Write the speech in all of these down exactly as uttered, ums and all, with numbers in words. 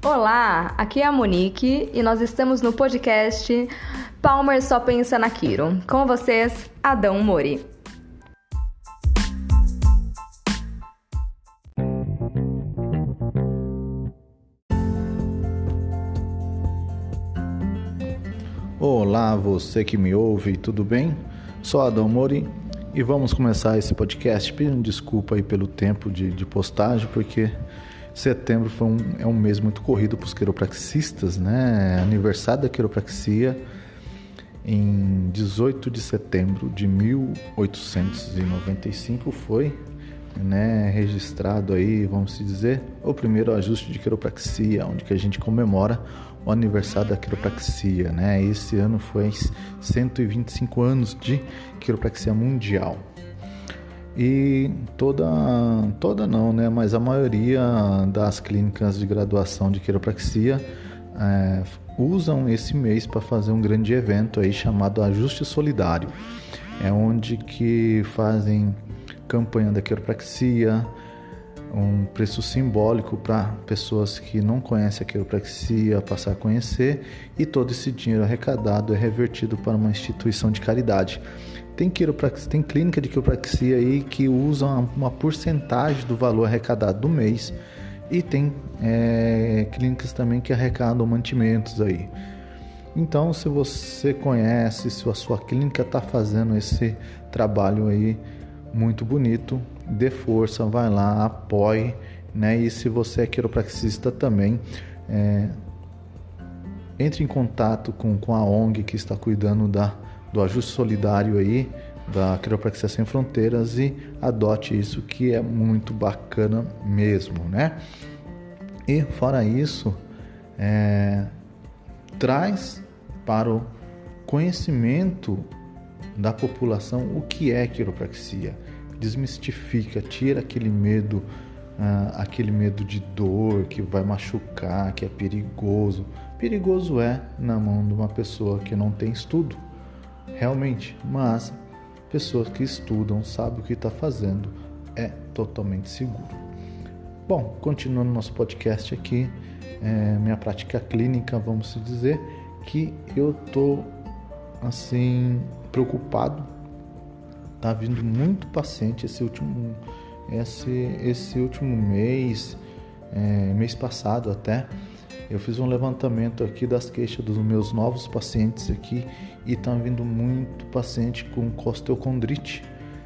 Olá, aqui é a Monique e nós estamos no podcast Palmer Só Pensa na Quiro. Com vocês, Adão Mori. Olá, você que me ouve, tudo bem? Sou Adão Mori e vamos começar esse podcast pedindo desculpa aí pelo tempo de, de postagem, porque setembro foi um, é um mês muito corrido para os quiropraxistas, né? Aniversário da quiropraxia em dezoito de setembro de mil oitocentos e noventa e cinco foi, né, registrado aí, vamos dizer, o primeiro ajuste de quiropraxia, onde que a gente comemora o aniversário da quiropraxia, né? Esse ano foi cento e vinte e cinco anos de quiropraxia mundial. E toda, toda não, né? Mas a maioria das clínicas de graduação de quiropraxia é, usam esse mês para fazer um grande evento aí chamado Ajuste Solidário. É onde que fazem campanha da quiropraxia, um preço simbólico para pessoas que não conhecem a quiropraxia passar a conhecer, e todo esse dinheiro arrecadado é revertido para uma instituição de caridade. Tem, quiropraxia, tem clínica de quiropraxia aí que usam uma porcentagem do valor arrecadado do mês, e tem é, clínicas também que arrecadam mantimentos aí. Então, se você conhece, se a sua clínica está fazendo esse trabalho aí muito bonito, dê força, vai lá, apoie, né? E se você é quiropraxista também, é, entre em contato com, com a O N G que está cuidando da, do ajuste solidário aí, da Quiropraxia Sem Fronteiras, e adote isso, que é muito bacana mesmo, né? E fora isso, é, traz para o conhecimento da população o que é quiropraxia, desmistifica, tira aquele medo, uh, aquele medo de dor, que vai machucar, que é perigoso. Perigoso é na mão de uma pessoa que não tem estudo, realmente, mas pessoas que estudam, sabem o que está fazendo, é totalmente seguro. Bom, continuando nosso podcast aqui, é, minha prática clínica, vamos dizer que eu estou assim preocupado. Tá vindo muito paciente esse último esse esse último mês, é, mês passado até. Eu fiz um levantamento aqui das queixas dos meus novos pacientes aqui, e tá vindo muito paciente com costeocondrite.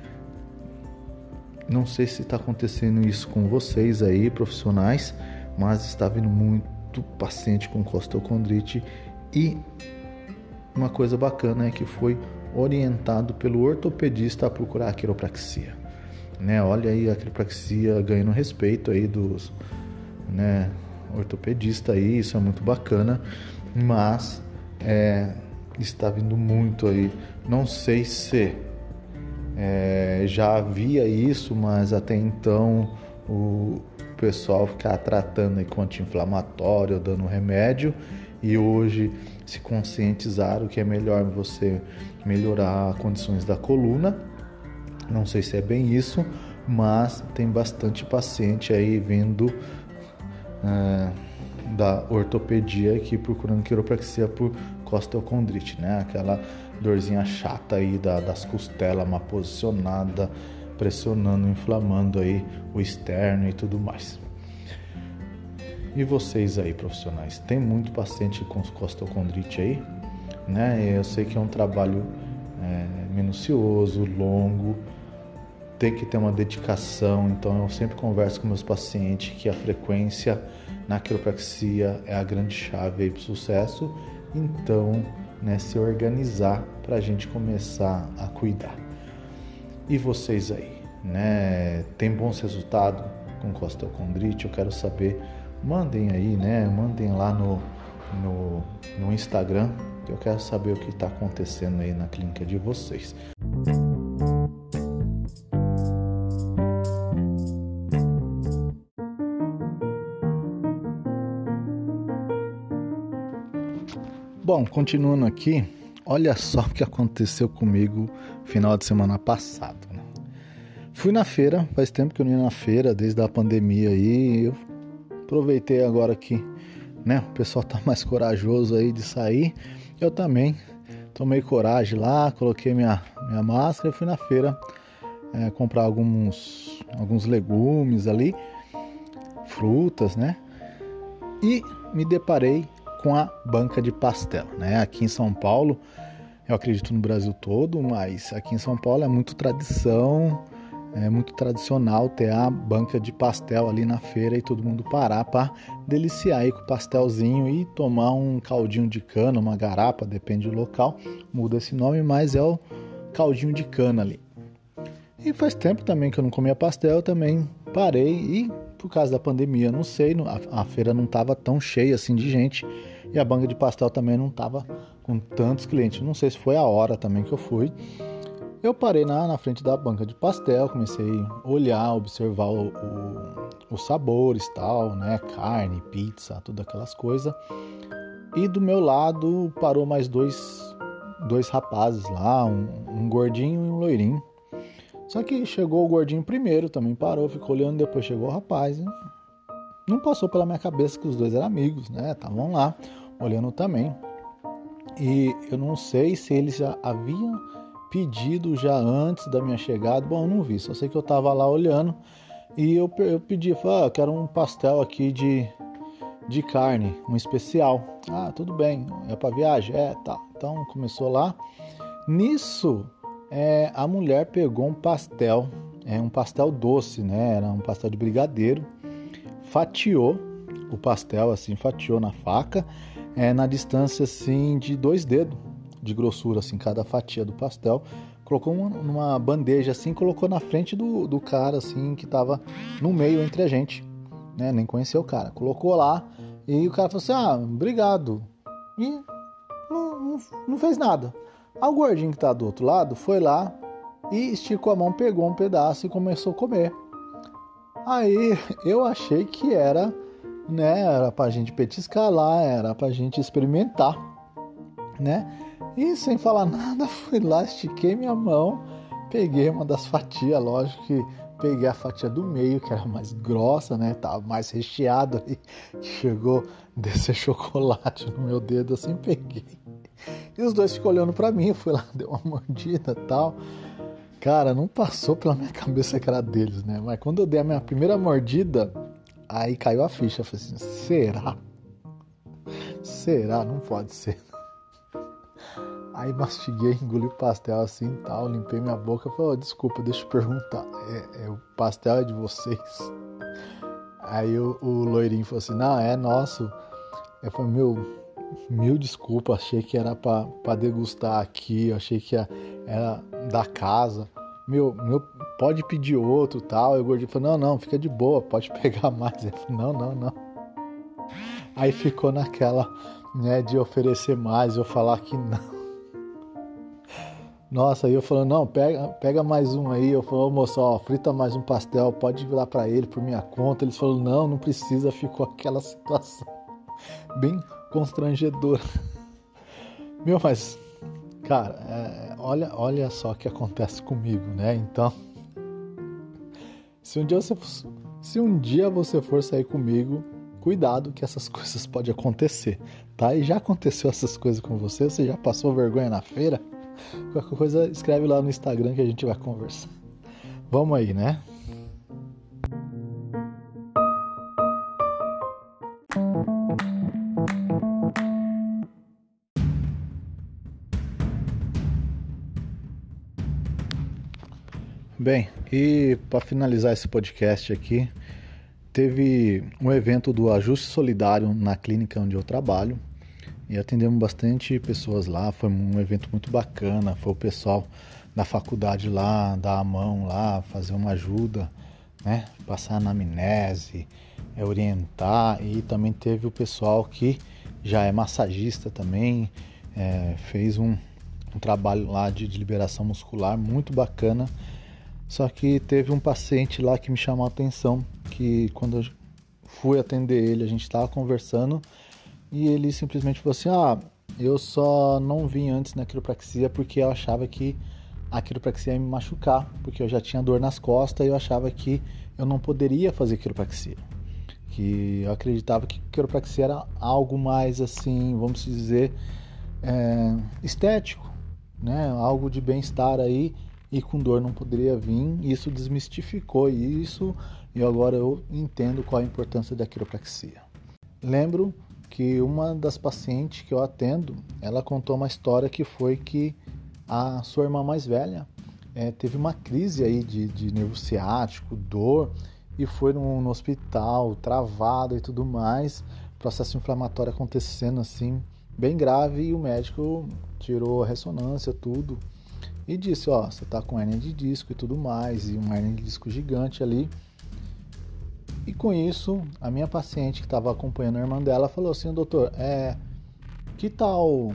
Não sei se está acontecendo isso com vocês aí, profissionais, mas está vindo muito paciente com costeocondrite. E uma coisa bacana é que foi orientado pelo ortopedista a procurar a quiropraxia, né? Olha aí a quiropraxia ganhando respeito aí dos, né, ortopedista aí, isso é muito bacana, mas é, está vindo muito aí. Não sei se é, já havia isso, mas até então o pessoal ficava tratando aí com anti-inflamatório, dando remédio, e hoje se conscientizaram que é melhor você melhorar as condições da coluna. Não sei se é bem isso, mas tem bastante paciente aí vindo é, da ortopedia aqui procurando quiropraxia por costeocondrite, né? Aquela dorzinha chata aí da, das costelas mal posicionada, pressionando, inflamando aí o externo e tudo mais. E vocês aí, profissionais, tem muito paciente com costeocondrite aí, né? Eu sei que é um trabalho é, minucioso, longo, tem que ter uma dedicação. Então eu sempre converso com meus pacientes que a frequência na quiropraxia é a grande chave aí para o sucesso. Então, né, se organizar para a gente começar a cuidar. E vocês aí, né? Tem bons resultados com costeocondrite? Eu quero saber. Mandem aí, né? Mandem lá no, no, no Instagram, que eu quero saber o que está acontecendo aí na clínica de vocês. Bom, continuando aqui, olha só o que aconteceu comigo final de semana passado, né? Fui na feira, faz tempo que eu não ia na feira, desde a pandemia aí. Eu aproveitei agora que né? O pessoal tá mais corajoso aí de sair. Eu também tomei coragem lá, coloquei minha, minha máscara e fui na feira é, comprar alguns, alguns legumes ali, frutas, né? E me deparei com a banca de pastel, né? Aqui em São Paulo, eu acredito no Brasil todo, mas aqui em São Paulo é muito tradição, é muito tradicional ter a banca de pastel ali na feira e todo mundo parar para deliciar aí com o pastelzinho e tomar um caldinho de cana, uma garapa, depende do local, muda esse nome, mas é o caldinho de cana ali. E faz tempo também que eu não comia pastel, também parei e por causa da pandemia, não sei, a, a feira não estava tão cheia assim de gente e a banca de pastel também não estava com tantos clientes, não sei se foi a hora também que eu fui. Eu parei na, na frente da banca de pastel, comecei a olhar, observar o, o, os sabores e tal, né? Carne, pizza, tudo aquelas coisas. E do meu lado parou mais dois, dois rapazes lá, um, um gordinho e um loirinho. Só que chegou o gordinho primeiro, também parou, ficou olhando, depois chegou o rapaz. Hein? Não passou pela minha cabeça que os dois eram amigos, né? Estavam lá, olhando também. E eu não sei se eles já haviam pedido já antes da minha chegada. Bom, eu não vi, só sei que eu tava lá olhando e eu, eu pedi, falei, ah, eu quero um pastel aqui de, de carne, um especial. Ah, tudo bem, é pra viagem? É, tá. Então começou lá. Nisso, é, a mulher pegou um pastel, é um pastel doce, né? Era um pastel de brigadeiro, fatiou o pastel assim, fatiou na faca, é, na distância assim de dois dedos de grossura, assim, cada fatia do pastel, colocou uma, numa bandeja assim, colocou na frente do, do cara, assim, que tava no meio entre a gente, né, nem conhecia o cara, colocou lá, e o cara falou assim, ah, obrigado, e não, não, não fez nada. Aí o gordinho que tá do outro lado foi lá e esticou a mão, pegou um pedaço e começou a comer. Aí eu achei que era, né, era pra gente petiscar lá, era pra gente experimentar, né? E sem falar nada, fui lá, estiquei minha mão, peguei uma das fatias, lógico que peguei a fatia do meio, que era mais grossa, né? Tava mais recheado ali, chegou a descer chocolate no meu dedo, assim, peguei. E os dois ficam olhando pra mim, eu fui lá, dei uma mordida e tal. Cara, não passou pela minha cabeça que era deles, né? Mas quando eu dei a minha primeira mordida, aí caiu a ficha, eu falei assim, será? Será? Não pode ser. Aí mastiguei, engoli o pastel assim e tal, limpei minha boca, falei, oh, desculpa, deixa eu perguntar, é, é, o pastel é de vocês? Aí o, o loirinho falou assim, não, é nosso. Eu falei, meu, mil desculpa, achei que era pra, pra degustar aqui, eu achei que era da casa, meu, meu, pode pedir outro e tal. Aí o gordinho falou, não, não, fica de boa, pode pegar mais. Eu falei, não, não, não. Aí ficou naquela, né, de oferecer mais, eu falar que não. Nossa, aí eu falando, não, pega, pega mais um aí. Eu falei, ô moço, ó, frita mais um pastel, pode virar pra ele por minha conta. Eles falaram, não, não precisa. Ficou aquela situação bem constrangedora. Meu, mas, cara, é, olha, olha só o que acontece comigo, né? Então, se um dia você, se um dia você for sair comigo, cuidado que essas coisas podem acontecer, tá? E já aconteceu essas coisas com você? Você já passou vergonha na feira? Qualquer coisa, escreve lá no Instagram que a gente vai conversar. Vamos aí, né? Bem, e para finalizar esse podcast aqui, teve um evento do Ajuste Solidário na clínica onde eu trabalho. E atendemos bastante pessoas lá, foi um evento muito bacana, foi o pessoal da faculdade lá, dar a mão lá, fazer uma ajuda, né? Passar na anamnese, é, orientar, e também teve o pessoal que já é massagista também, é, fez um, um trabalho lá de, de liberação muscular muito bacana. Só que teve um paciente lá que me chamou a atenção, que quando eu fui atender ele, a gente estava conversando, e ele simplesmente falou assim, ah, eu só não vim antes na quiropraxia porque eu achava que a quiropraxia ia me machucar, porque eu já tinha dor nas costas e eu achava que eu não poderia fazer quiropraxia. que eu acreditava que quiropraxia era algo mais assim, vamos dizer, é, estético, né? Algo de bem-estar aí, e com dor não poderia vir. Isso desmistificou isso, e agora eu entendo qual a importância da quiropraxia. Lembro que uma das pacientes que eu atendo, ela contou uma história que foi que a sua irmã mais velha é, teve uma crise aí de, de nervo ciático, dor, e foi no, no hospital, travada e tudo mais, processo inflamatório acontecendo assim, bem grave, e o médico tirou a ressonância, tudo, e disse, ó, você tá com hérnia de disco e tudo mais, e uma hérnia de disco gigante ali. E com isso, a minha paciente que estava acompanhando a irmã dela falou assim, doutor, é, que tal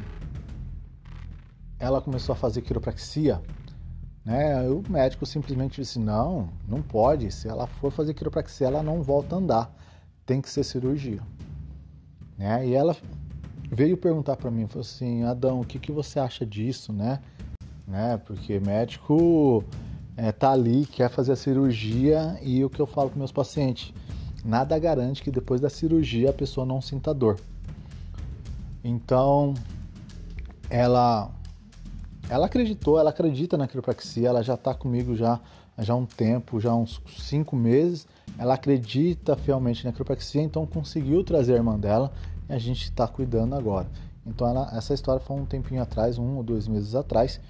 ela começou a fazer quiropraxia? Né? O médico simplesmente disse, não, não pode, se ela for fazer quiropraxia, ela não volta a andar, tem que ser cirurgia. Né? E ela veio perguntar para mim, falou assim, Adão, o que, que você acha disso, né? Né? Porque médico é, tá ali, quer fazer a cirurgia, e o que eu falo com meus pacientes, nada garante que depois da cirurgia a pessoa não sinta dor. Então, ela... Ela acreditou, ela acredita na quiropraxia, ela já está comigo já, já há um tempo, já há uns cinco meses. Ela acredita fielmente na quiropraxia, então conseguiu trazer a irmã dela e a gente está cuidando agora. Então ela, essa história foi um tempinho atrás, um ou dois meses atrás.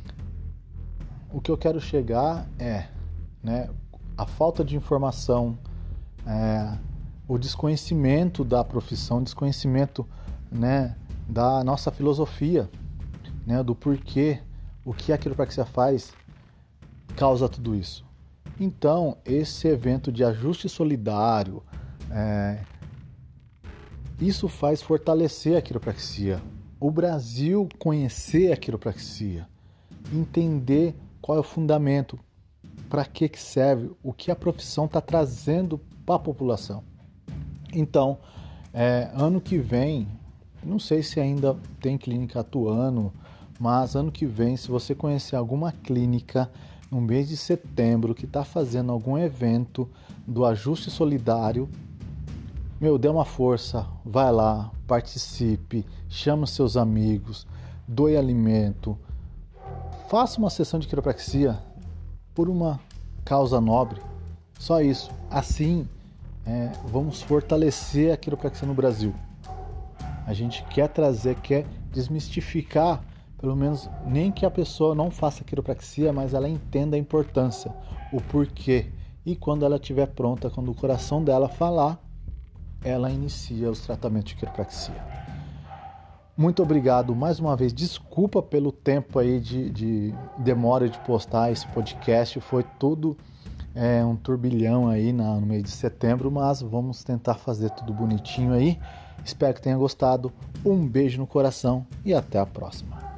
O que eu quero chegar é, né, a falta de informação, é, o desconhecimento da profissão, desconhecimento, né, da nossa filosofia, né, do porquê, o que a quiropraxia faz, causa tudo isso. Então, esse evento de ajuste solidário, é, isso faz fortalecer a quiropraxia. O Brasil conhecer a quiropraxia, entender qual é o fundamento, para que que serve, o que a profissão está trazendo para a população. Então, é, ano que vem, não sei se ainda tem clínica atuando, mas ano que vem, se você conhecer alguma clínica no mês de setembro que está fazendo algum evento do ajuste solidário, meu, dê uma força, vai lá, participe, chama os seus amigos, doe alimento, faça uma sessão de quiropraxia por uma causa nobre, só isso. Assim, é, vamos fortalecer a quiropraxia no Brasil. A gente quer trazer, quer desmistificar, pelo menos nem que a pessoa não faça quiropraxia, mas ela entenda a importância, o porquê. E quando ela estiver pronta, quando o coração dela falar, ela inicia os tratamentos de quiropraxia. Muito obrigado mais uma vez. Desculpa pelo tempo aí de, de demora de postar esse podcast. Foi tudo é, um turbilhão aí na, no mês de setembro, mas vamos tentar fazer tudo bonitinho aí. Espero que tenha gostado. Um beijo no coração e até a próxima.